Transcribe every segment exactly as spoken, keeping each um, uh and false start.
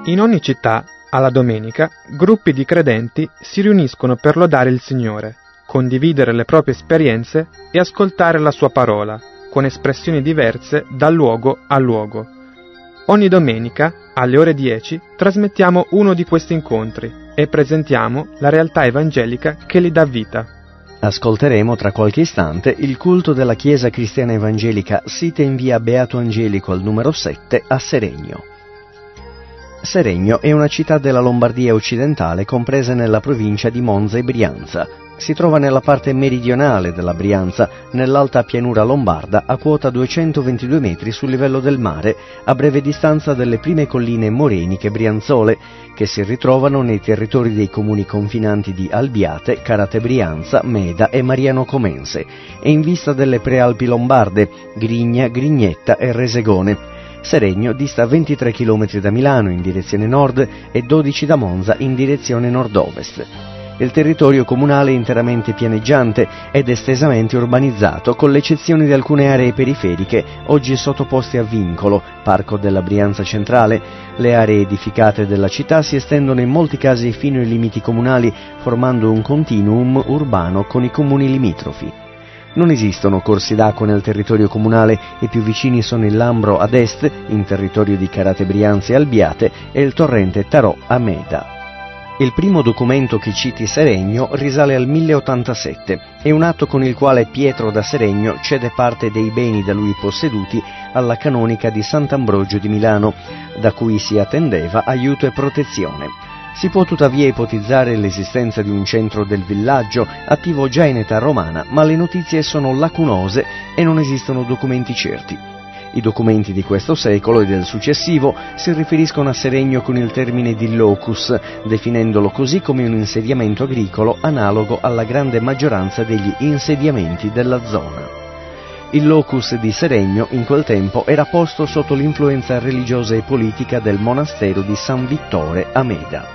In ogni città, alla domenica, gruppi di credenti si riuniscono per lodare il Signore, condividere le proprie esperienze e ascoltare la sua parola, con espressioni diverse da luogo a luogo. Ogni domenica, alle ore dieci, trasmettiamo uno di questi incontri e presentiamo la realtà evangelica che li dà vita. Ascolteremo tra qualche istante il culto della Chiesa Cristiana Evangelica sita in via Beato Angelico al numero sette a Seregno. Seregno è una città della Lombardia occidentale compresa nella provincia di Monza e Brianza. Si trova nella parte meridionale della Brianza, nell'alta pianura lombarda, a quota duecentoventidue metri sul livello del mare, a breve distanza dalle prime colline moreniche brianzole, che si ritrovano nei territori dei comuni confinanti di Albiate, Carate Brianza, Meda e Mariano Comense, e in vista delle prealpi lombarde, Grigna, Grignetta e Resegone. Seregno dista ventitré chilometri da Milano in direzione nord e dodici da Monza in direzione nord-ovest. Il territorio comunale è interamente pianeggiante ed estesamente urbanizzato, con l'eccezione di alcune aree periferiche oggi sottoposte a vincolo, Parco della Brianza Centrale. Le aree edificate della città si estendono in molti casi fino ai limiti comunali, formando un continuum urbano con i comuni limitrofi. Non esistono corsi d'acqua nel territorio comunale, i più vicini sono il Lambro ad est, in territorio di Carate Brianza e Albiate, e il torrente Tarò a Meda. Il primo documento che citi Seregno risale al mille ottantasette, è un atto con il quale Pietro da Seregno cede parte dei beni da lui posseduti alla canonica di Sant'Ambrogio di Milano, da cui si attendeva aiuto e protezione. Si può tuttavia ipotizzare l'esistenza di un centro del villaggio, attivo già in età romana, ma le notizie sono lacunose e non esistono documenti certi. I documenti di questo secolo e del successivo si riferiscono a Seregno con il termine di locus, definendolo così come un insediamento agricolo analogo alla grande maggioranza degli insediamenti della zona. Il locus di Seregno in quel tempo era posto sotto l'influenza religiosa e politica del monastero di San Vittore a Meda.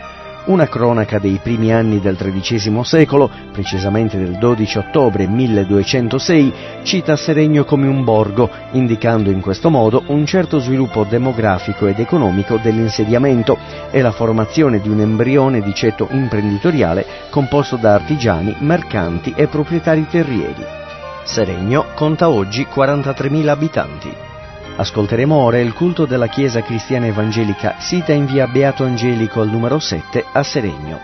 Una cronaca dei primi anni del tredicesimo secolo, precisamente del dodici ottobre milleduecentosei, cita Seregno come un borgo, indicando in questo modo un certo sviluppo demografico ed economico dell'insediamento e la formazione di un embrione di ceto imprenditoriale composto da artigiani, mercanti e proprietari terrieri. Seregno conta oggi quarantatremila abitanti. Ascolteremo ora il culto della Chiesa Cristiana Evangelica sita in via Beato Angelico al numero sette a Seregno.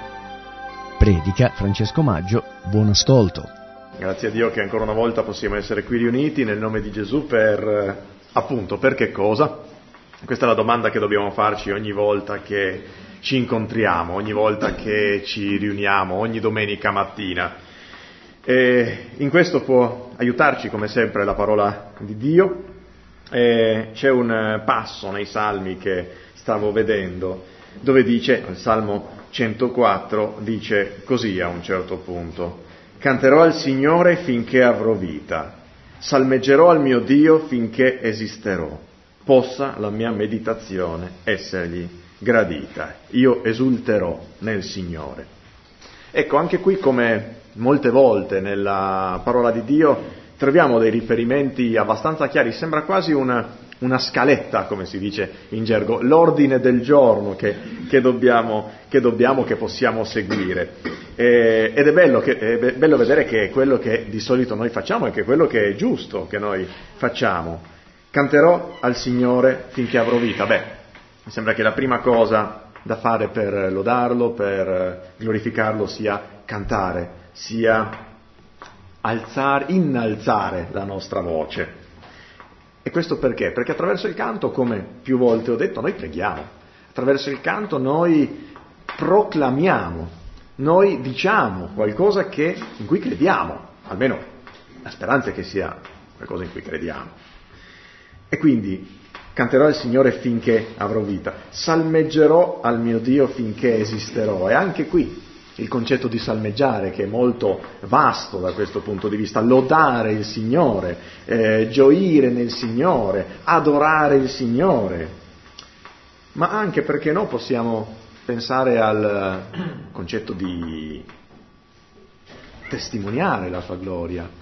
Predica Francesco Maggio, buon ascolto. Grazie a Dio che ancora una volta possiamo essere qui riuniti nel nome di Gesù per, appunto, per che cosa? Questa è la domanda che dobbiamo farci ogni volta che ci incontriamo, ogni volta che ci riuniamo, ogni domenica mattina. E in questo può aiutarci come sempre la parola di Dio. Eh, c'è un passo nei Salmi che stavo vedendo dove dice, il Salmo centoquattro dice così a un certo punto: canterò al Signore finché avrò vita, salmeggerò al mio Dio finché esisterò, possa la mia meditazione essergli gradita, io esulterò nel Signore. Ecco, anche qui, come molte volte nella parola di Dio, troviamo dei riferimenti abbastanza chiari, sembra quasi una, una scaletta, come si dice in gergo, l'ordine del giorno che, che, dobbiamo, che dobbiamo, che possiamo seguire. E, ed è bello, che, è bello vedere che è quello che di solito noi facciamo e che è quello che è giusto che noi facciamo. Canterò al Signore finché avrò vita. Beh, mi sembra che la prima cosa da fare per lodarlo, per glorificarlo, sia cantare, sia alzare, innalzare la nostra voce. E questo perché? Perché attraverso il canto, come più volte ho detto, noi preghiamo. Attraverso il canto noi proclamiamo, noi diciamo qualcosa che, in cui crediamo, almeno la speranza è che sia qualcosa in cui crediamo. E quindi canterò al Signore finché avrò vita, salmeggerò al mio Dio finché esisterò. E anche qui il concetto di salmeggiare, che è molto vasto da questo punto di vista, lodare il Signore, eh, gioire nel Signore, adorare il Signore, ma anche, perché no, possiamo pensare al concetto di testimoniare la sua gloria,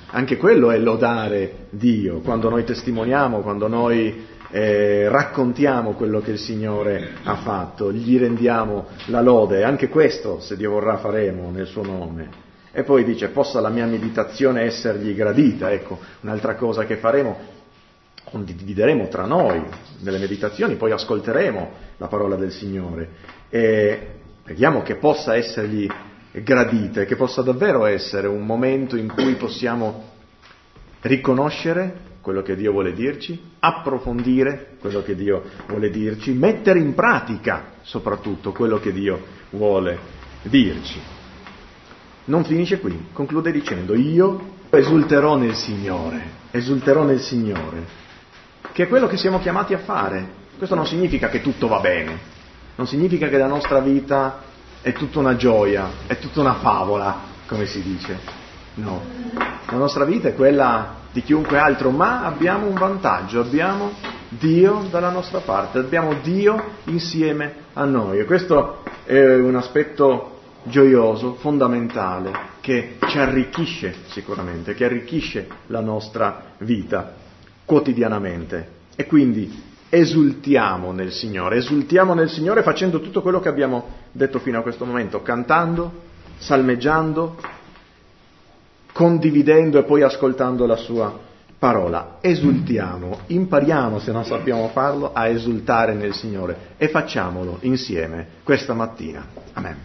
Anche quello è lodare Dio, quando noi testimoniamo, quando noi eh, raccontiamo quello che il Signore ha fatto, gli rendiamo la lode, anche questo, se Dio vorrà, faremo nel suo nome. E poi dice, possa la mia meditazione essergli gradita. Ecco, un'altra cosa che faremo, condivideremo tra noi nelle meditazioni, poi ascolteremo la parola del Signore e preghiamo che possa essergli gradita, che possa davvero essere un momento in cui possiamo riconoscere quello che Dio vuole dirci, approfondire quello che Dio vuole dirci, mettere in pratica soprattutto quello che Dio vuole dirci. Non finisce qui, conclude dicendo, io esulterò nel Signore, esulterò nel Signore, che è quello che siamo chiamati a fare. Questo non significa che tutto va bene, non significa che la nostra vita è tutta una gioia, è tutta una favola, come si dice. No, la nostra vita è quella di chiunque altro, ma abbiamo un vantaggio, abbiamo Dio dalla nostra parte, abbiamo Dio insieme a noi e questo è un aspetto gioioso, fondamentale, che ci arricchisce sicuramente, che arricchisce la nostra vita quotidianamente. E quindi esultiamo nel Signore, esultiamo nel Signore facendo tutto quello che abbiamo detto fino a questo momento, cantando, salmeggiando, condividendo e poi ascoltando la sua parola. Esultiamo, impariamo, se non sappiamo farlo, a esultare nel Signore e facciamolo insieme questa mattina. Amen.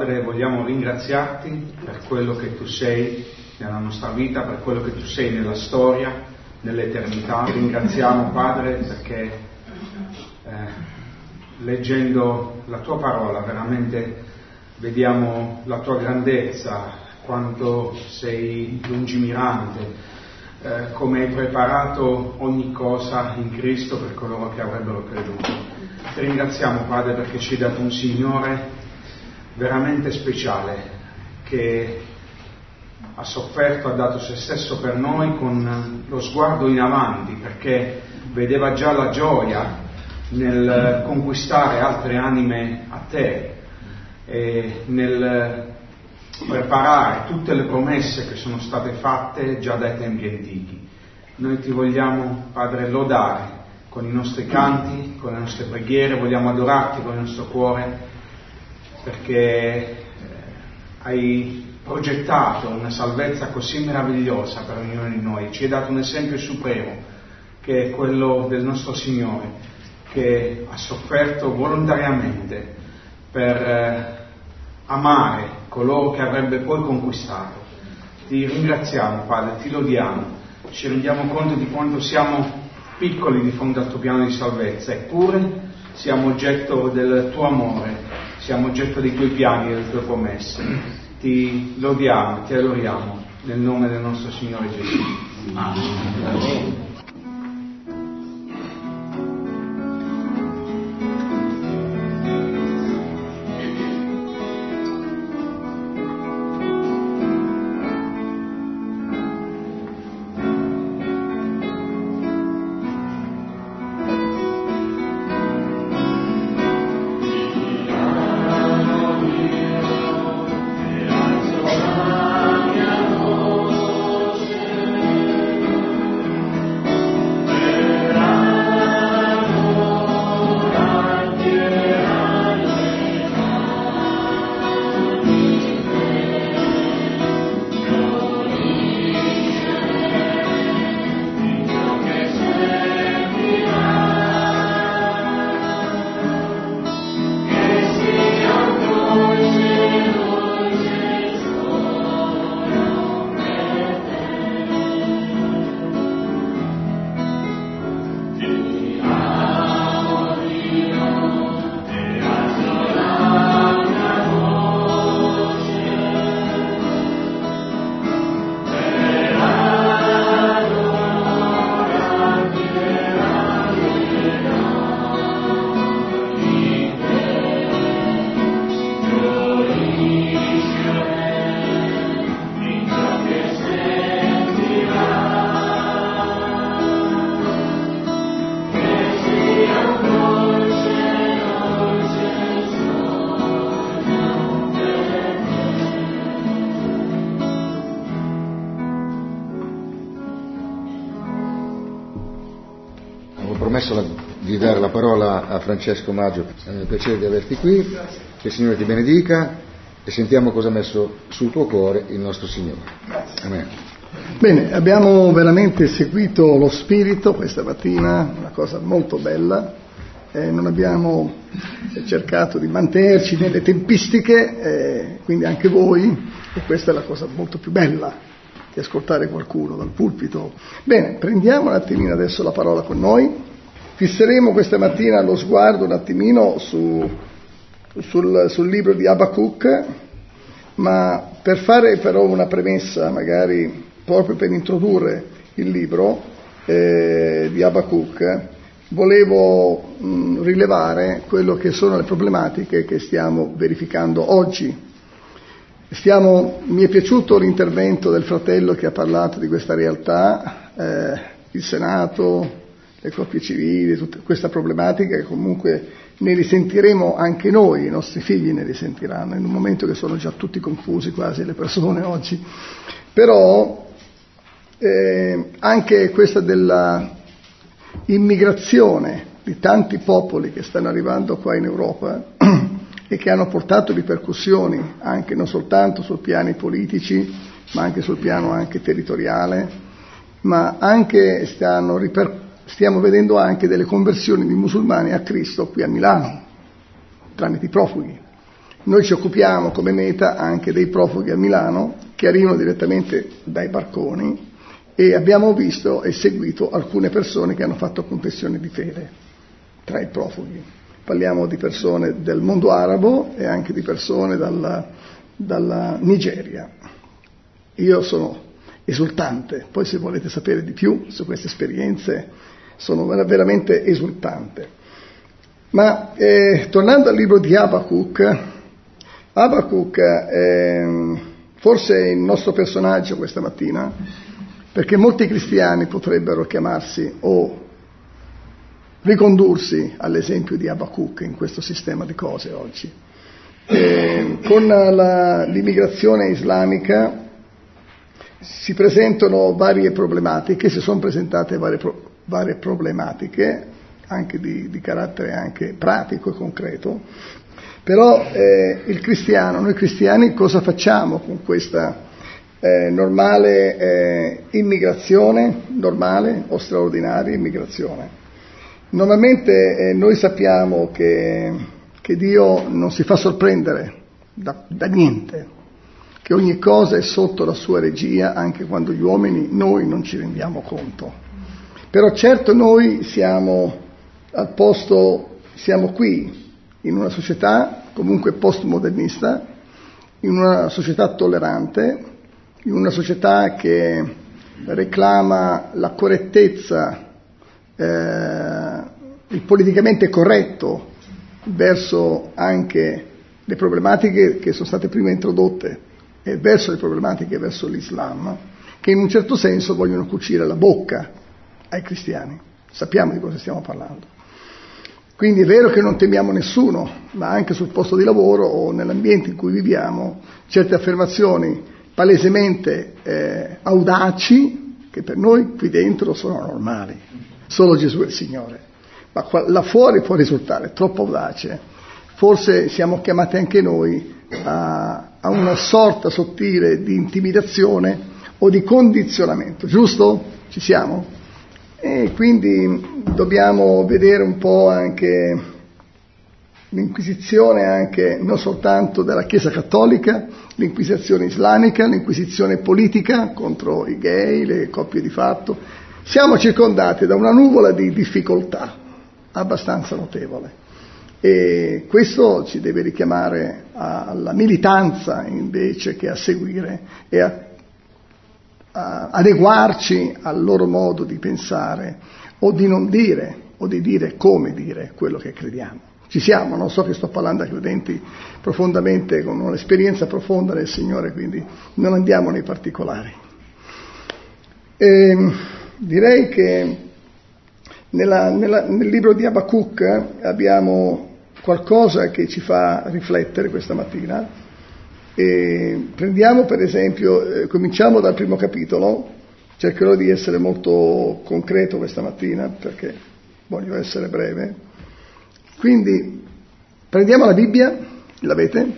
Padre, vogliamo ringraziarti per quello che tu sei nella nostra vita, per quello che tu sei nella storia, nell'eternità. Ti ringraziamo, Padre, perché eh, leggendo la tua parola veramente vediamo la tua grandezza, quanto sei lungimirante, eh, come hai preparato ogni cosa in Cristo per coloro che avrebbero creduto. Ti ringraziamo, Padre, perché ci hai dato un Signore veramente speciale, che ha sofferto, ha dato se stesso per noi con lo sguardo in avanti, perché vedeva già la gioia nel conquistare altre anime a te e nel preparare tutte le promesse che sono state fatte già dai tempi antichi. Noi ti vogliamo, Padre, lodare con i nostri canti, con le nostre preghiere, vogliamo adorarti con il nostro cuore, perché eh, hai progettato una salvezza così meravigliosa per ognuno di noi. Ci hai dato un esempio supremo, che è quello del nostro Signore, che ha sofferto volontariamente per eh, amare coloro che avrebbe poi conquistato. Ti ringraziamo, Padre, ti lodiamo, ci rendiamo conto di quanto siamo piccoli di fronte al tuo piano di salvezza, eppure siamo oggetto del tuo amore, siamo oggetto dei tuoi piani e delle tue promesse. Ti lodiamo, ti adoriamo, nel nome del nostro Signore Gesù. Amen. Di dare la parola a Francesco Maggio. È un piacere di averti qui, che il Signore ti benedica e sentiamo cosa ha messo sul tuo cuore il nostro Signore. Amen. Bene, abbiamo veramente seguito lo Spirito questa mattina, una cosa molto bella, eh, non abbiamo cercato di mantenerci nelle tempistiche, eh, quindi anche voi, e questa è la cosa molto più bella, di ascoltare qualcuno dal pulpito. Bene, prendiamo un attimino adesso la parola con noi. Fisseremo questa mattina lo sguardo un attimino su, sul, sul libro di Abacuc, ma per fare però una premessa, magari proprio per introdurre il libro eh, di Abacuc, volevo mh, rilevare quello che sono le problematiche che stiamo verificando oggi. Stiamo, mi è piaciuto l'intervento del fratello che ha parlato di questa realtà, eh, il Senato, le coppie civili, tutta questa problematica che comunque ne risentiremo anche noi, i nostri figli ne risentiranno, in un momento che sono già tutti confusi quasi le persone oggi. Però eh, anche questa della immigrazione di tanti popoli che stanno arrivando qua in Europa e che hanno portato ripercussioni anche non soltanto sul piano politici, ma anche sul piano anche territoriale, ma anche stanno ripercussioni. Stiamo vedendo anche delle conversioni di musulmani a Cristo qui a Milano, tramite i profughi. Noi ci occupiamo come meta anche dei profughi a Milano che arrivano direttamente dai barconi, e abbiamo visto e seguito alcune persone che hanno fatto confessione di fede tra i profughi. Parliamo di persone del mondo arabo e anche di persone dalla, dalla Nigeria. Io sono esultante, poi se volete sapere di più su queste esperienze sono veramente esultante. Ma eh, tornando al libro di Abacuc, Abacuc è forse il nostro personaggio questa mattina, perché molti cristiani potrebbero chiamarsi o ricondursi all'esempio di Abacuc in questo sistema di cose oggi. E con la, l'immigrazione islamica si presentano varie problematiche, si sono presentate varie, pro, varie problematiche, anche di, di carattere anche pratico e concreto, però eh, il cristiano, noi cristiani cosa facciamo con questa eh, normale eh, immigrazione, normale o straordinaria immigrazione? Normalmente eh, noi sappiamo che, che Dio non si fa sorprendere da, da niente, che ogni cosa è sotto la sua regia, anche quando gli uomini, noi non ci rendiamo conto. Però certo noi siamo al posto, siamo qui, in una società comunque postmodernista, in una società tollerante, in una società che reclama la correttezza, eh, il politicamente corretto verso anche le problematiche che sono state prima introdotte e verso le problematiche verso l'Islam, che in un certo senso vogliono cucire la bocca ai cristiani. Sappiamo di cosa stiamo parlando. Quindi è vero che non temiamo nessuno, ma anche sul posto di lavoro o nell'ambiente in cui viviamo, certe affermazioni palesemente eh, audaci, che per noi qui dentro sono normali. Solo Gesù è il Signore. Ma qua, là fuori può risultare troppo audace. Forse siamo chiamati anche noi a, a una sorta sottile di intimidazione o di condizionamento, giusto? Ci siamo? E quindi dobbiamo vedere un po' anche l'inquisizione, anche non soltanto della Chiesa cattolica, l'inquisizione islamica, l'inquisizione politica contro i gay, le coppie di fatto. Siamo circondati da una nuvola di difficoltà abbastanza notevole, e questo ci deve richiamare alla militanza invece che a seguire e a a adeguarci al loro modo di pensare o di non dire o di dire come dire quello che crediamo. Ci siamo, non so che sto parlando a credenti profondamente, con un'esperienza profonda del Signore, quindi non andiamo nei particolari. E direi che nella, nella, nel libro di Abacuc abbiamo qualcosa che ci fa riflettere questa mattina. E prendiamo per esempio, eh, cominciamo dal primo capitolo, cercherò di essere molto concreto questa mattina perché voglio essere breve. Quindi prendiamo la Bibbia, l'avete?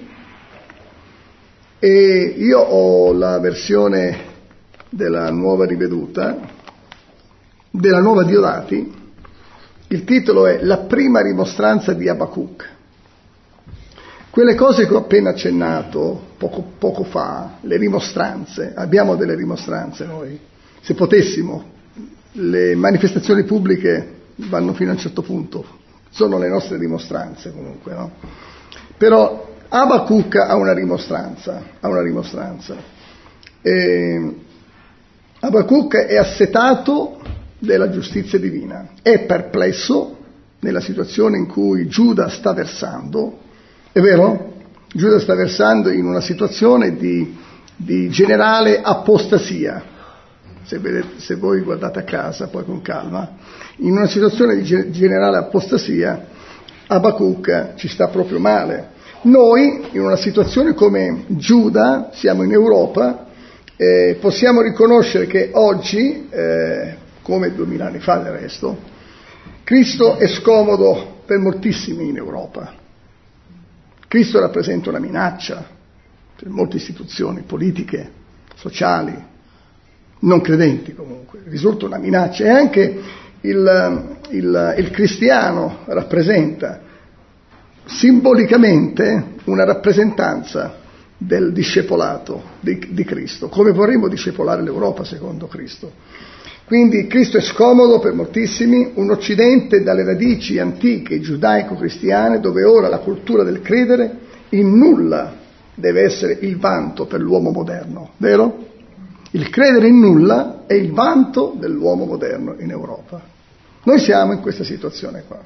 E io ho la versione della nuova riveduta, della nuova Diodati. Il titolo è La prima rimostranza di Abacuc. Quelle cose che ho appena accennato poco, poco fa, le rimostranze, abbiamo delle rimostranze noi. Se potessimo, le manifestazioni pubbliche vanno fino a un certo punto, sono le nostre rimostranze comunque, no? Però Abacuc ha una rimostranza, ha una rimostranza. E Abacuc è assetato della giustizia divina, è perplesso nella situazione in cui Giuda sta versando. È vero? Giuda sta versando in una situazione di, di generale apostasia. Se, vedete, se voi guardate a casa, poi con calma, in una situazione di generale apostasia, Abacuc ci sta proprio male. Noi, in una situazione come Giuda, siamo in Europa, eh, possiamo riconoscere che oggi, eh, come duemila anni fa del resto, Cristo è scomodo per moltissimi in Europa. Cristo rappresenta una minaccia per molte istituzioni politiche, sociali, non credenti comunque, risulta una minaccia. E anche il, il, il cristiano rappresenta simbolicamente una rappresentanza del discepolato di, di Cristo, come vorremmo discepolare l'Europa secondo Cristo. Quindi Cristo è scomodo per moltissimi, un Occidente dalle radici antiche giudaico-cristiane, dove ora la cultura del credere in nulla deve essere il vanto per l'uomo moderno, vero? Il credere in nulla è il vanto dell'uomo moderno in Europa. Noi siamo in questa situazione qua.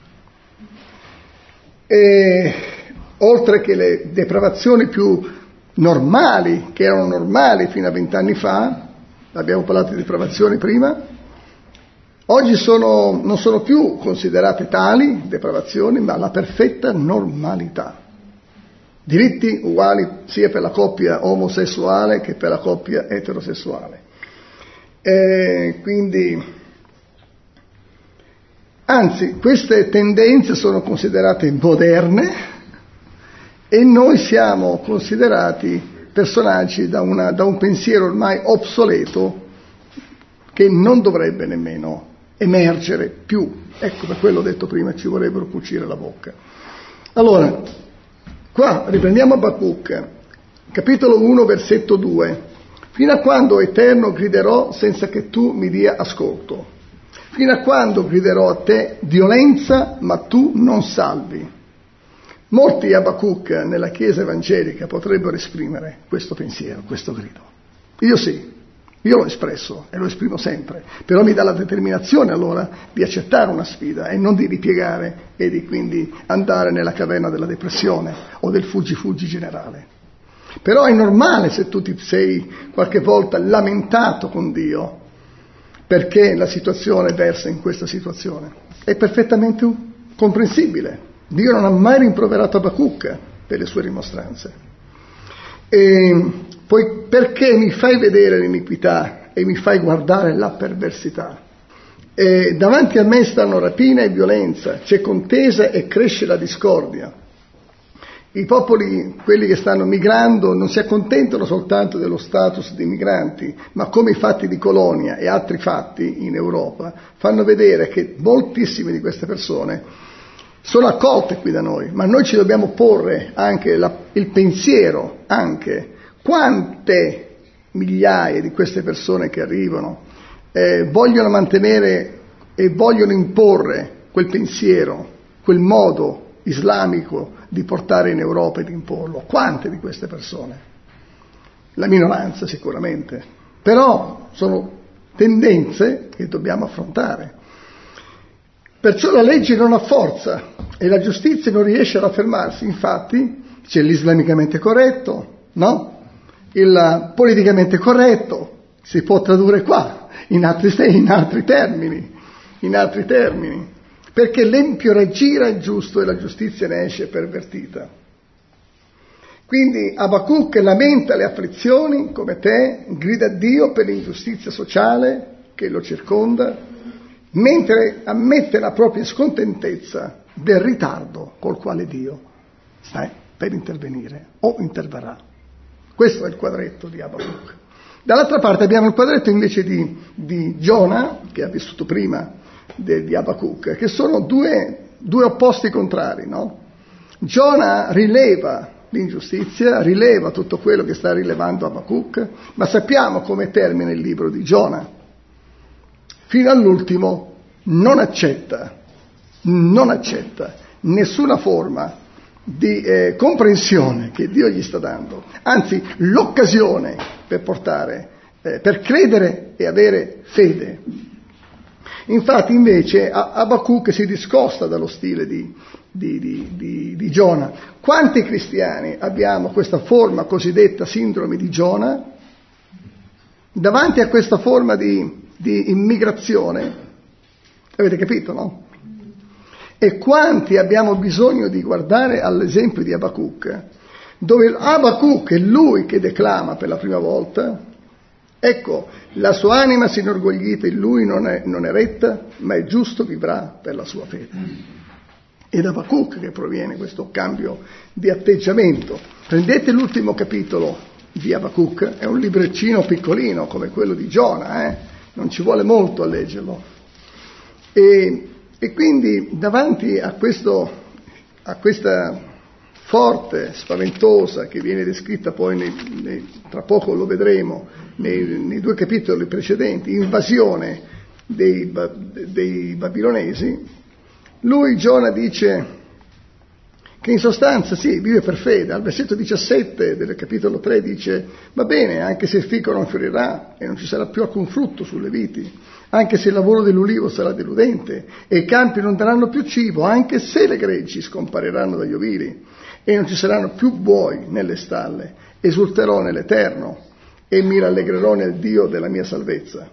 E oltre che le depravazioni più normali, che erano normali fino a vent'anni fa, abbiamo parlato di depravazioni prima, oggi sono, non sono più considerate tali depravazioni, ma la perfetta normalità. Diritti uguali sia per la coppia omosessuale che per la coppia eterosessuale. E quindi, anzi, queste tendenze sono considerate moderne, e noi siamo considerati personaggi da, una, da un pensiero ormai obsoleto che non dovrebbe nemmeno emergere più. Ecco, per quello ho detto prima, ci vorrebbero cucire la bocca. Allora, qua riprendiamo Abacuc, capitolo uno, versetto due. Fino a quando, Eterno, griderò senza che tu mi dia ascolto? Fino a quando griderò a te violenza, ma tu non salvi? Molti Abacuc nella Chiesa evangelica potrebbero esprimere questo pensiero, questo grido. Io sì, io l'ho espresso e lo esprimo sempre, però mi dà la determinazione allora di accettare una sfida e non di ripiegare e di quindi andare nella caverna della depressione o del fuggi-fuggi generale. Però è normale se tu ti sei qualche volta lamentato con Dio perché la situazione versa in questa situazione. È perfettamente comprensibile. Dio non ha mai rimproverato Abacuc per le sue rimostranze. E poi perché mi fai vedere l'iniquità e mi fai guardare la perversità? E davanti a me stanno rapina e violenza, c'è contesa e cresce la discordia. I popoli, quelli che stanno migrando, non si accontentano soltanto dello status di migranti, ma come i fatti di Colonia e altri fatti in Europa fanno vedere che moltissime di queste persone sono accolte qui da noi, ma noi ci dobbiamo porre anche la, il pensiero, anche quante migliaia di queste persone che arrivano eh, vogliono mantenere e vogliono imporre quel pensiero, quel modo islamico di portare in Europa e di imporlo. Quante di queste persone? La minoranza sicuramente, però sono tendenze che dobbiamo affrontare. Perciò la legge non ha forza e la giustizia non riesce ad affermarsi. Infatti c'è l'islamicamente corretto, no? Il politicamente corretto, si può tradurre qua, in altri, in altri termini, in altri termini, perché l'empio raggira il giusto e la giustizia ne esce pervertita. Quindi Abacuc lamenta le afflizioni come te, grida a Dio per l'ingiustizia sociale che lo circonda, mentre ammette la propria scontentezza del ritardo col quale Dio sta per intervenire o interverrà. Questo è il quadretto di Abacuc. Dall'altra parte abbiamo il quadretto invece di, di Giona, che ha vissuto prima de, di Abacuc, che sono due, due opposti contrari, no? Giona rileva l'ingiustizia, rileva tutto quello che sta rilevando Abacuc, ma sappiamo come termina il libro di Giona. Fino all'ultimo non accetta, non accetta nessuna forma di eh, comprensione che Dio gli sta dando, anzi l'occasione per portare, eh, per credere e avere fede. Infatti invece Abacuc si discosta dallo stile di, di, di, di, di Giona. Quanti cristiani abbiamo questa forma cosiddetta sindrome di Giona? Davanti a questa forma di di immigrazione, avete capito, no? E quanti abbiamo bisogno di guardare all'esempio di Abacuc, dove Abacuc è lui che declama per la prima volta, ecco, la sua anima si inorgoglita in lui, non è, non è retta, ma è giusto, vivrà per la sua fede. È da Abacuc che proviene questo cambio di atteggiamento. Prendete l'ultimo capitolo di Abacuc, è un libreccino piccolino come quello di Giona, eh? Non ci vuole molto a leggerlo. E, e quindi davanti a questo a questa forte, spaventosa, che viene descritta poi, nei, nei, tra poco lo vedremo, nei, nei due capitoli precedenti, invasione dei, dei babilonesi, lui, Giona, dice che in sostanza sì, vive per fede. Al versetto diciassette del capitolo tre dice: va bene, anche se il fico non fiorirà e non ci sarà più alcun frutto sulle viti, anche se il lavoro dell'ulivo sarà deludente e i campi non daranno più cibo, anche se le greggi scompariranno dagli ovili e non ci saranno più buoi nelle stalle, esulterò nell'Eterno e mi rallegrerò nel Dio della mia salvezza.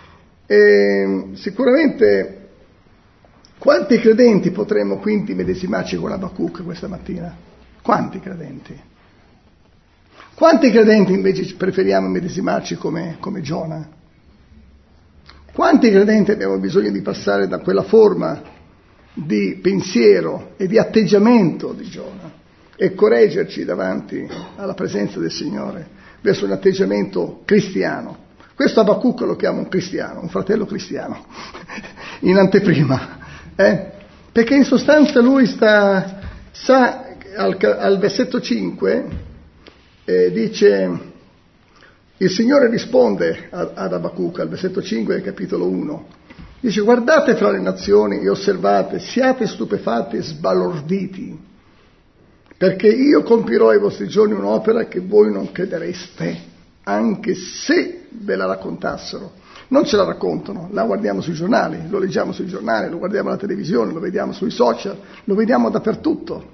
E sicuramente quanti credenti potremmo quindi medesimarci con Abacuc questa mattina? Quanti credenti? Quanti credenti invece preferiamo medesimarci come, come Giona? Quanti credenti abbiamo bisogno di passare da quella forma di pensiero e di atteggiamento di Giona e correggerci davanti alla presenza del Signore verso un atteggiamento cristiano? Questo Abacuc lo chiama un cristiano, un fratello cristiano, in anteprima. Eh? Perché in sostanza lui sta, sa, al, al versetto cinque, eh, dice, il Signore risponde ad, ad Abacuc, al versetto cinque del capitolo uno, dice: guardate fra le nazioni e osservate, siate stupefatti e sbalorditi, perché io compirò ai vostri giorni un'opera che voi non credereste, anche se ve la raccontassero. Non ce la raccontano, la guardiamo sui giornali, lo leggiamo sui giornali, lo guardiamo alla televisione, lo vediamo sui social, lo vediamo dappertutto.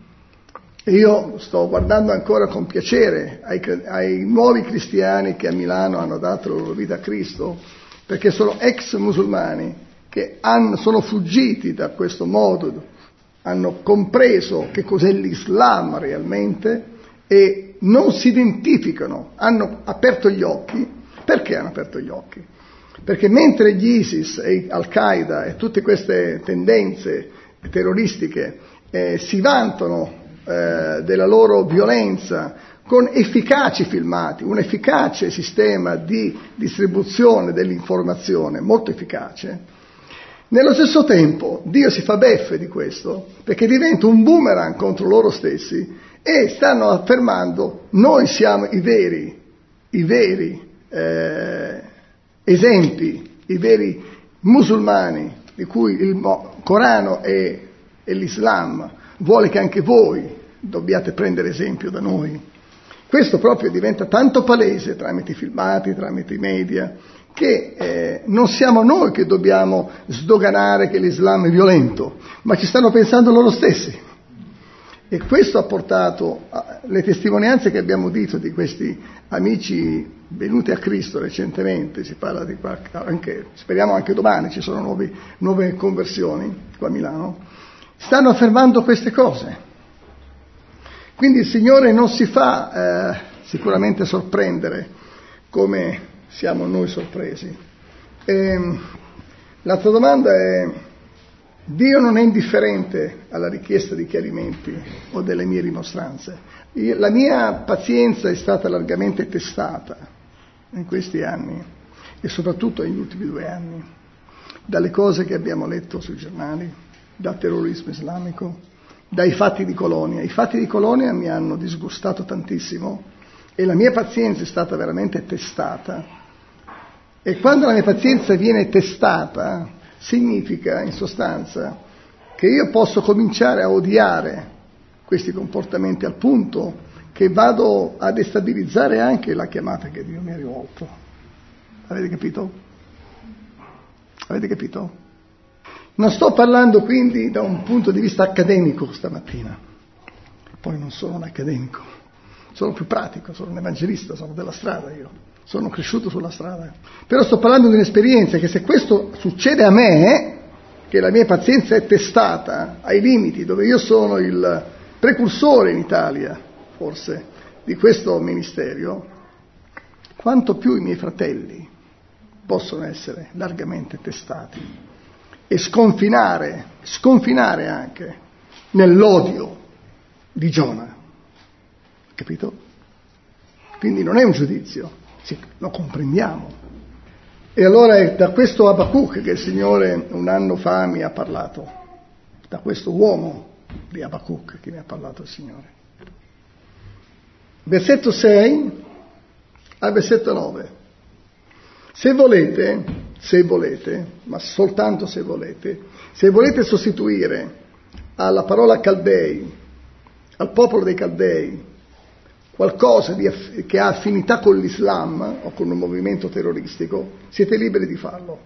E io sto guardando ancora con piacere ai, ai nuovi cristiani che a Milano hanno dato la loro vita a Cristo, perché sono ex musulmani che hanno, sono fuggiti da questo modo, hanno compreso che cos'è l'Islam realmente e non si identificano, hanno aperto gli occhi. Perché hanno aperto gli occhi? Perché mentre gli ISIS e Al-Qaeda e tutte queste tendenze terroristiche eh, si vantano eh, della loro violenza con efficaci filmati, un efficace sistema di distribuzione dell'informazione, molto efficace, nello stesso tempo Dio si fa beffe di questo, perché diventa un boomerang contro loro stessi e stanno affermando: noi siamo i veri, i veri Eh, esempi, i veri musulmani di cui il Corano e, e l'Islam vuole che anche voi dobbiate prendere esempio da noi. Questo proprio diventa tanto palese tramite i filmati, tramite i media, che eh, non siamo noi che dobbiamo sdoganare che l'Islam è violento, ma ci stanno pensando loro stessi. E questo ha portato le testimonianze che abbiamo udito di questi amici venuti a Cristo recentemente, si parla di qualche, anche, speriamo anche domani ci sono nuovi, nuove conversioni qua a Milano, stanno affermando queste cose. Quindi il Signore non si fa eh, sicuramente sorprendere come siamo noi sorpresi. E, l'altra domanda è: Dio non è indifferente alla richiesta di chiarimenti o delle mie rimostranze. Io, la mia pazienza è stata largamente testata in questi anni e soprattutto negli ultimi due anni, dalle cose che abbiamo letto sui giornali, dal terrorismo islamico, dai fatti di Colonia. I fatti di Colonia mi hanno disgustato tantissimo e la mia pazienza è stata veramente testata. E quando la mia pazienza viene testata, significa in sostanza che io posso cominciare a odiare questi comportamenti al punto che vado a destabilizzare anche la chiamata che Dio mi ha rivolto. Avete capito? Avete capito? Non sto parlando quindi da un punto di vista accademico stamattina, poi non sono un accademico, sono più pratico, sono un evangelista, sono della strada io, sono cresciuto sulla strada, però sto parlando di un'esperienza che se questo succede a me, che la mia pazienza è testata ai limiti, dove io sono il precursore in Italia, forse, di questo ministero, quanto più i miei fratelli possono essere largamente testati e sconfinare, sconfinare anche nell'odio di Giona, capito? Quindi non è un giudizio, sì, lo comprendiamo. E allora è da questo Abacuc che il Signore un anno fa mi ha parlato, da questo uomo di Abacuc che mi ha parlato il Signore. Versetto sei al versetto nove. Se volete, se volete, ma soltanto se volete, se volete sostituire alla parola Caldei, al popolo dei Caldei, qualcosa di, che ha affinità con l'Islam o con un movimento terroristico, siete liberi di farlo.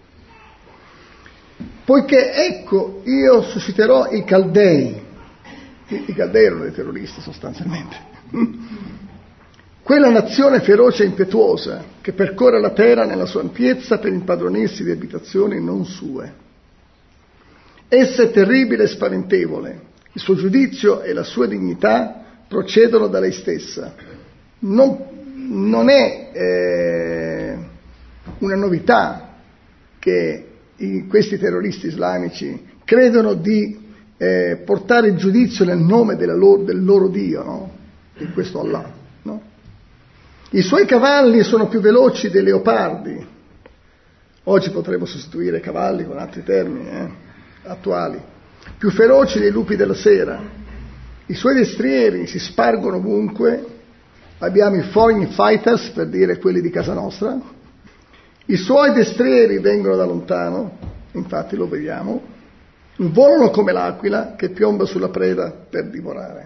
Poiché, ecco, io susciterò i Caldei, i, i Caldei erano dei terroristi sostanzialmente, quella nazione feroce e impetuosa che percorre la terra nella sua ampiezza per impadronirsi di abitazioni non sue. Essa è terribile e spaventevole, il suo giudizio e la sua dignità procedono da lei stessa. Non, non è eh, una novità che i, questi terroristi islamici credono di eh, portare il giudizio nel nome della loro, del loro Dio, no? Di questo Allah, no? I suoi cavalli sono più veloci dei leopardi. Oggi potremmo sostituire cavalli con altri termini eh, attuali. Più feroci dei lupi della sera. I suoi destrieri si spargono ovunque. Abbiamo i foreign fighters, per dire quelli di casa nostra. I suoi destrieri vengono da lontano, infatti lo vediamo. Volano come l'aquila che piomba sulla preda per divorare.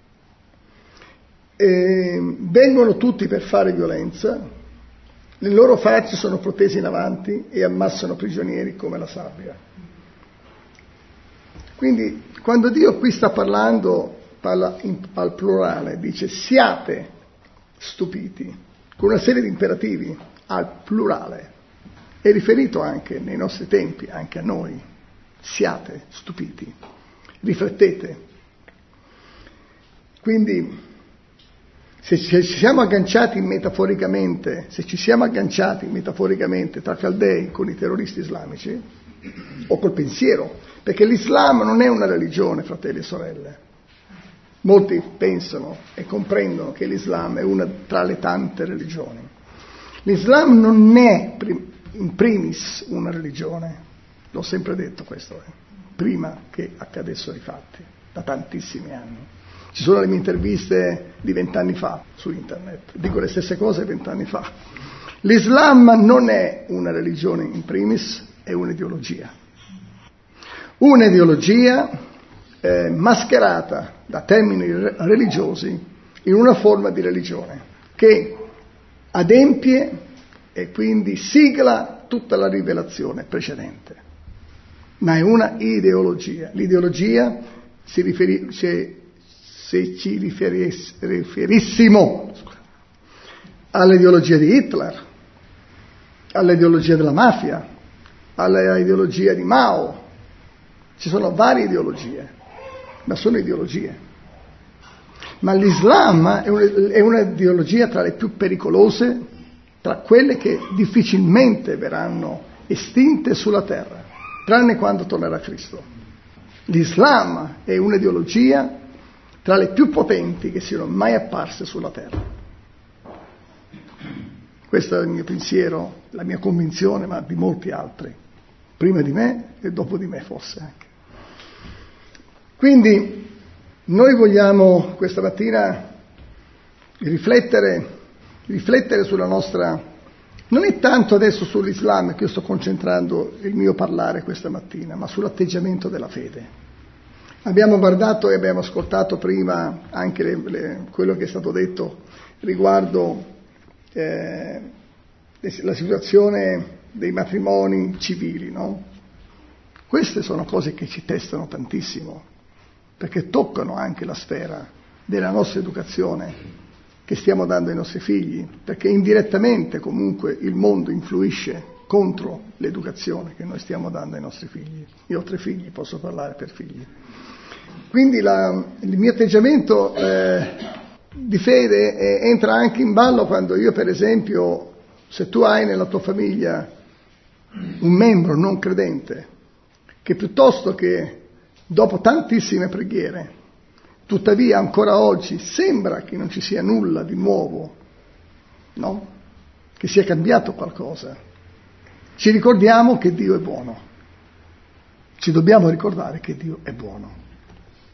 E vengono tutti per fare violenza, le loro facce sono protese in avanti e ammassano prigionieri come la sabbia. Quindi quando Dio qui sta parlando, parla in, al plurale, dice siate stupiti, con una serie di imperativi al plurale, è riferito anche nei nostri tempi, anche a noi, siate stupiti, riflettete. Quindi se ci siamo agganciati metaforicamente, se ci siamo agganciati metaforicamente tra Caldei con i terroristi islamici, o col pensiero, perché l'Islam non è una religione, fratelli e sorelle. Molti pensano e comprendono che l'Islam è una tra le tante religioni. L'Islam non è in primis una religione, l'ho sempre detto questo, eh, prima che accadessero i fatti, da tantissimi anni. Ci sono le mie interviste di vent'anni fa su internet, dico le stesse cose vent'anni fa. L'Islam non è una religione in primis, è un'ideologia. Un'ideologia eh, mascherata da termini religiosi in una forma di religione che adempie e quindi sigla tutta la rivelazione precedente. Ma è una ideologia. L'ideologia si riferisce, se ci riferis, riferissimo all'ideologia di Hitler, all'ideologia della mafia, all'ideologia di Mao, ci sono varie ideologie, ma sono ideologie. Ma l'Islam è, un, è un'ideologia tra le più pericolose, tra quelle che difficilmente verranno estinte sulla terra, tranne quando tornerà Cristo. L'Islam è un'ideologia tra le più potenti che siano mai apparse sulla terra. Questo è il mio pensiero, la mia convinzione, ma di molti altri, prima di me e dopo di me forse anche. Quindi noi vogliamo questa mattina riflettere, riflettere sulla nostra, non è tanto adesso sull'Islam che io sto concentrando il mio parlare questa mattina, ma sull'atteggiamento della fede. Abbiamo guardato e abbiamo ascoltato prima anche le, le, quello che è stato detto riguardo eh, la situazione dei matrimoni civili, no? Queste sono cose che ci testano tantissimo, perché toccano anche la sfera della nostra educazione che stiamo dando ai nostri figli, perché indirettamente comunque il mondo influisce contro l'educazione che noi stiamo dando ai nostri figli. Io ho tre figli, posso parlare per figli. Quindi la, il mio atteggiamento eh, di fede eh, entra anche in ballo quando io, per esempio, se tu hai nella tua famiglia un membro non credente, che piuttosto che dopo tantissime preghiere, tuttavia ancora oggi sembra che non ci sia nulla di nuovo, no? Che sia cambiato qualcosa. Ci ricordiamo che Dio è buono. Ci dobbiamo ricordare che Dio è buono.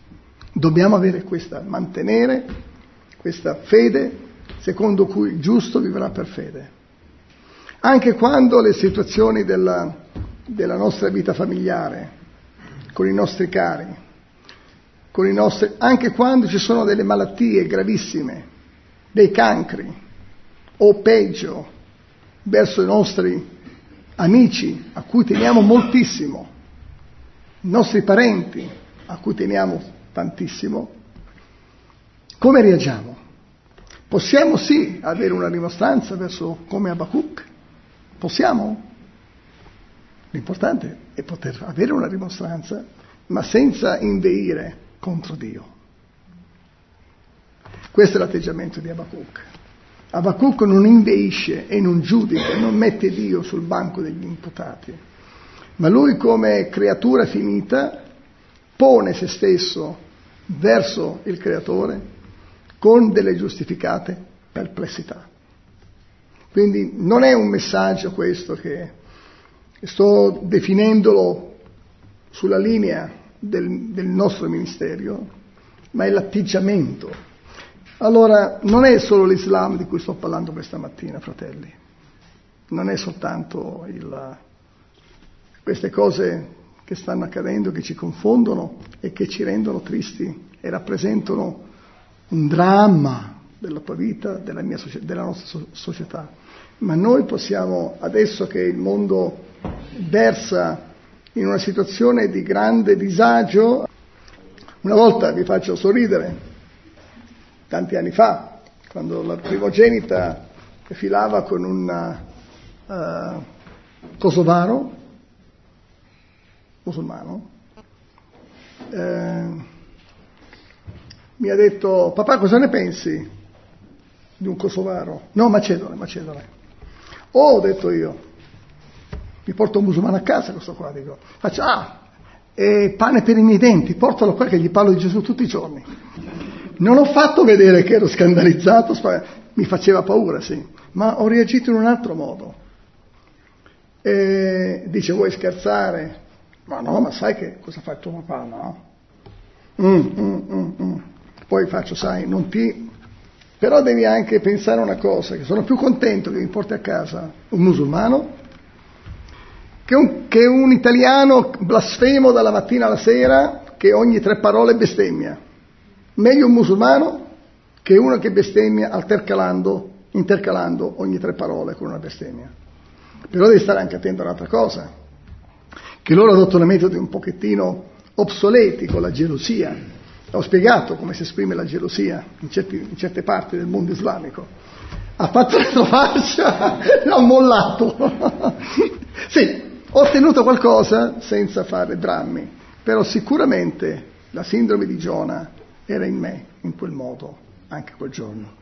Dobbiamo avere questa, mantenere questa fede secondo cui il giusto vivrà per fede. Anche quando le situazioni della, della nostra vita familiare, con i nostri cari, con i nostri, anche quando ci sono delle malattie gravissime, dei cancri, o peggio, verso i nostri amici a cui teniamo moltissimo, i nostri parenti a cui teniamo tantissimo, come reagiamo? Possiamo sì avere una rimostranza verso come Abacuc? Possiamo? L'importante è poter avere una rimostranza, ma senza inveire contro Dio. Questo è l'atteggiamento di Abacuc. Abacuc non inveisce e non giudica, non mette Dio sul banco degli imputati, ma lui come creatura finita pone se stesso verso il Creatore con delle giustificate perplessità. Quindi non è un messaggio questo che sto definendolo sulla linea del, del nostro ministero, ma è l'atteggiamento. Allora, non è solo l'Islam di cui sto parlando questa mattina, fratelli. Non è soltanto il, queste cose che stanno accadendo, che ci confondono e che ci rendono tristi e rappresentano un dramma della tua vita, della, mia, della nostra società. Ma noi possiamo, adesso che il mondo versa in una situazione di grande disagio, una volta vi faccio sorridere, tanti anni fa, quando la primogenita filava con un uh, kosovaro, musulmano, eh, mi ha detto: papà, cosa ne pensi di un kosovaro? No, macedone, macedone. Oh, ho detto io, mi porto un musulmano a casa, questo qua, dico, faccio, ah, e pane per i miei denti, portalo qua che gli parlo di Gesù tutti i giorni. Non ho fatto vedere che ero scandalizzato, mi faceva paura, sì, ma ho reagito in un altro modo. E dice: vuoi scherzare? Ma no, ma sai che cosa fa il tuo papà, no? Mm, mm, mm, mm. Poi faccio, sai, non ti... Però devi anche pensare una cosa, che sono più contento che mi porti a casa un musulmano che un, che un italiano blasfemo dalla mattina alla sera che ogni tre parole bestemmia. Meglio un musulmano che uno che bestemmia altercalando, intercalando ogni tre parole con una bestemmia. Però devi stare anche attento a un'altra cosa, che loro adottano metodi un pochettino obsoleti con la gelosia. Ho spiegato come si esprime la gelosia in, certi, in certe parti del mondo islamico. Ha fatto retrofaccia, l'ha mollato. Sì, ho ottenuto qualcosa senza fare drammi, però sicuramente la sindrome di Giona era in me in quel modo, anche quel giorno.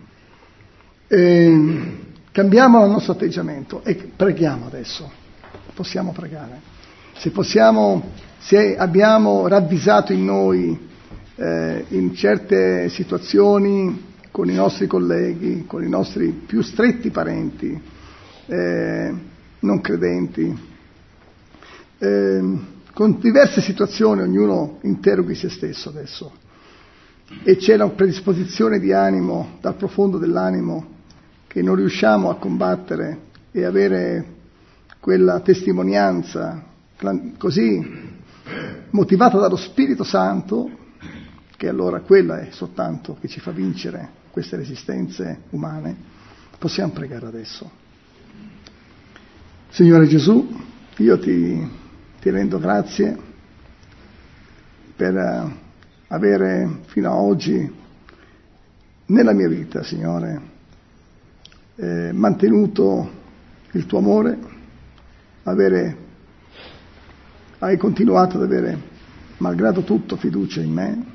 E cambiamo il nostro atteggiamento e preghiamo adesso. Possiamo pregare. Se possiamo, se abbiamo ravvisato in noi eh, in certe situazioni con i nostri colleghi, con i nostri più stretti parenti, eh, non credenti, eh, con diverse situazioni, ognuno interroghi se stesso adesso. E c'è una predisposizione di animo, dal profondo dell'animo, che non riusciamo a combattere e avere quella testimonianza così motivata dallo Spirito Santo, che allora quella è soltanto che ci fa vincere queste resistenze umane. Possiamo pregare adesso. Signore Gesù, io ti, ti rendo grazie per avere fino ad oggi nella mia vita, Signore, eh, mantenuto il tuo amore, avere, hai continuato ad avere, malgrado tutto, fiducia in me,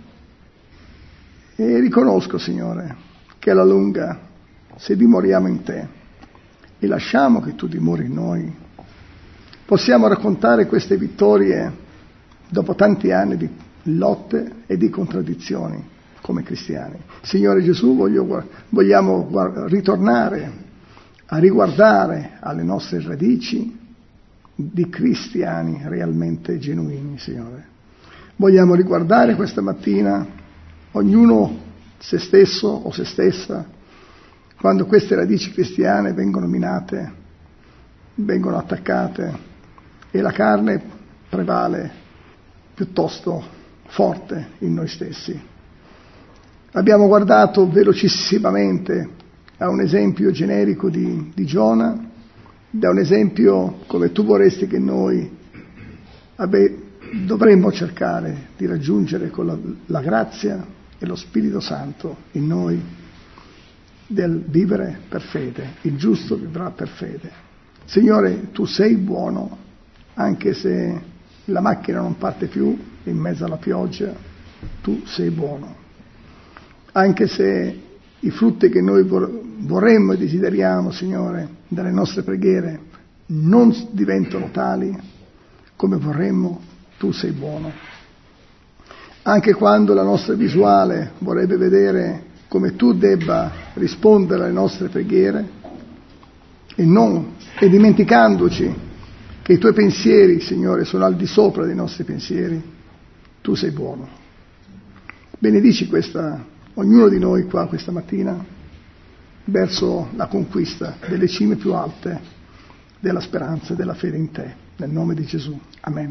e riconosco, Signore, che alla lunga, se dimoriamo in te e lasciamo che tu dimori in noi, possiamo raccontare queste vittorie dopo tanti anni di lotte e di contraddizioni come cristiani. Signore Gesù, voglio, vogliamo ritornare a riguardare alle nostre radici di cristiani realmente genuini, Signore. Vogliamo riguardare questa mattina ognuno se stesso o se stessa quando queste radici cristiane vengono minate, vengono attaccate e la carne prevale piuttosto forte in noi stessi. Abbiamo guardato velocissimamente a un esempio generico di, di Giona, da un esempio come tu vorresti che noi abbe, dovremmo cercare di raggiungere con la, la grazia e lo Spirito Santo in noi, del vivere per fede. Il giusto vivrà per fede. Signore, tu sei buono, anche se la macchina non parte più in mezzo alla pioggia, tu sei buono. Anche se i frutti che noi vorremmo e desideriamo, Signore, dalle nostre preghiere non diventano tali come vorremmo, tu sei buono. Anche quando la nostra visuale vorrebbe vedere come tu debba rispondere alle nostre preghiere e non, e dimenticandoci che i tuoi pensieri, Signore, sono al di sopra dei nostri pensieri, tu sei buono. Benedici questa ognuno di noi qua questa mattina verso la conquista delle cime più alte della speranza e della fede in te, nel nome di Gesù. Amen.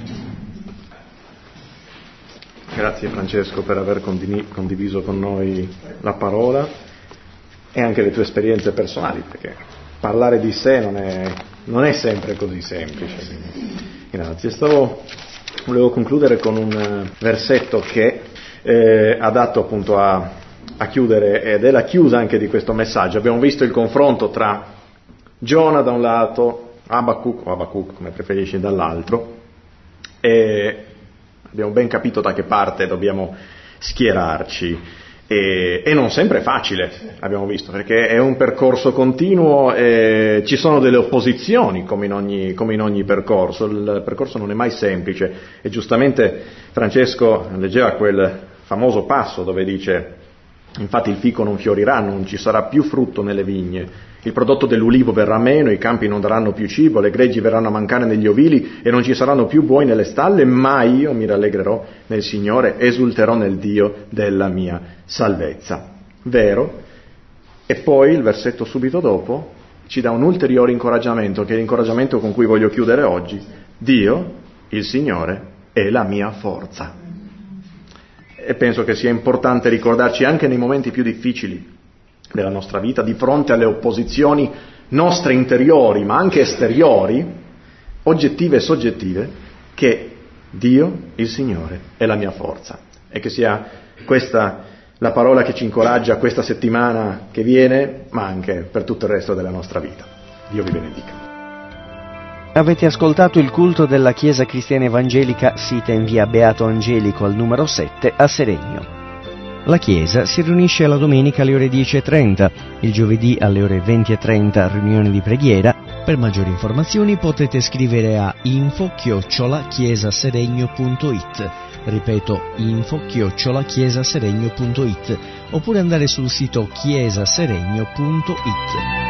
Grazie Francesco per aver condiviso con noi la parola e anche le tue esperienze personali, perché parlare di sé non è, non è sempre così semplice. Grazie. Stavo, volevo concludere con un versetto che Eh, adatto appunto a, a chiudere, ed è la chiusa anche di questo messaggio. Abbiamo visto il confronto tra Giona da un lato, Abacuc o Abacuc come preferisci dall'altro, e abbiamo ben capito da che parte dobbiamo schierarci, e, e non sempre è facile, abbiamo visto, perché è un percorso continuo e ci sono delle opposizioni come in ogni, come in ogni percorso. Il percorso non è mai semplice e giustamente Francesco leggeva quel famoso passo dove dice: infatti il fico non fiorirà, non ci sarà più frutto nelle vigne, il prodotto dell'ulivo verrà meno, i campi non daranno più cibo, le greggi verranno a mancare negli ovili e non ci saranno più buoi nelle stalle, ma io mi rallegrerò nel Signore, esulterò nel Dio della mia salvezza. Vero? E poi il versetto subito dopo ci dà un ulteriore incoraggiamento, che è l'incoraggiamento con cui voglio chiudere oggi: Dio, il Signore, è la mia forza. E penso che sia importante ricordarci anche nei momenti più difficili della nostra vita, di fronte alle opposizioni nostre interiori, ma anche esteriori, oggettive e soggettive, che Dio, il Signore, è la mia forza. E che sia questa la parola che ci incoraggia questa settimana che viene, ma anche per tutto il resto della nostra vita. Dio vi benedica. Avete ascoltato il culto della Chiesa Cristiana Evangelica sita in via Beato Angelico al numero sette a Seregno. La Chiesa si riunisce la domenica alle ore dieci e trenta, il giovedì alle ore venti e trenta riunione di preghiera. Per maggiori informazioni potete scrivere a info chiocciola chiesaseregno punto it, ripeto info chiocciola chiesaseregno punto it, oppure andare sul sito chiesaseregno punto it.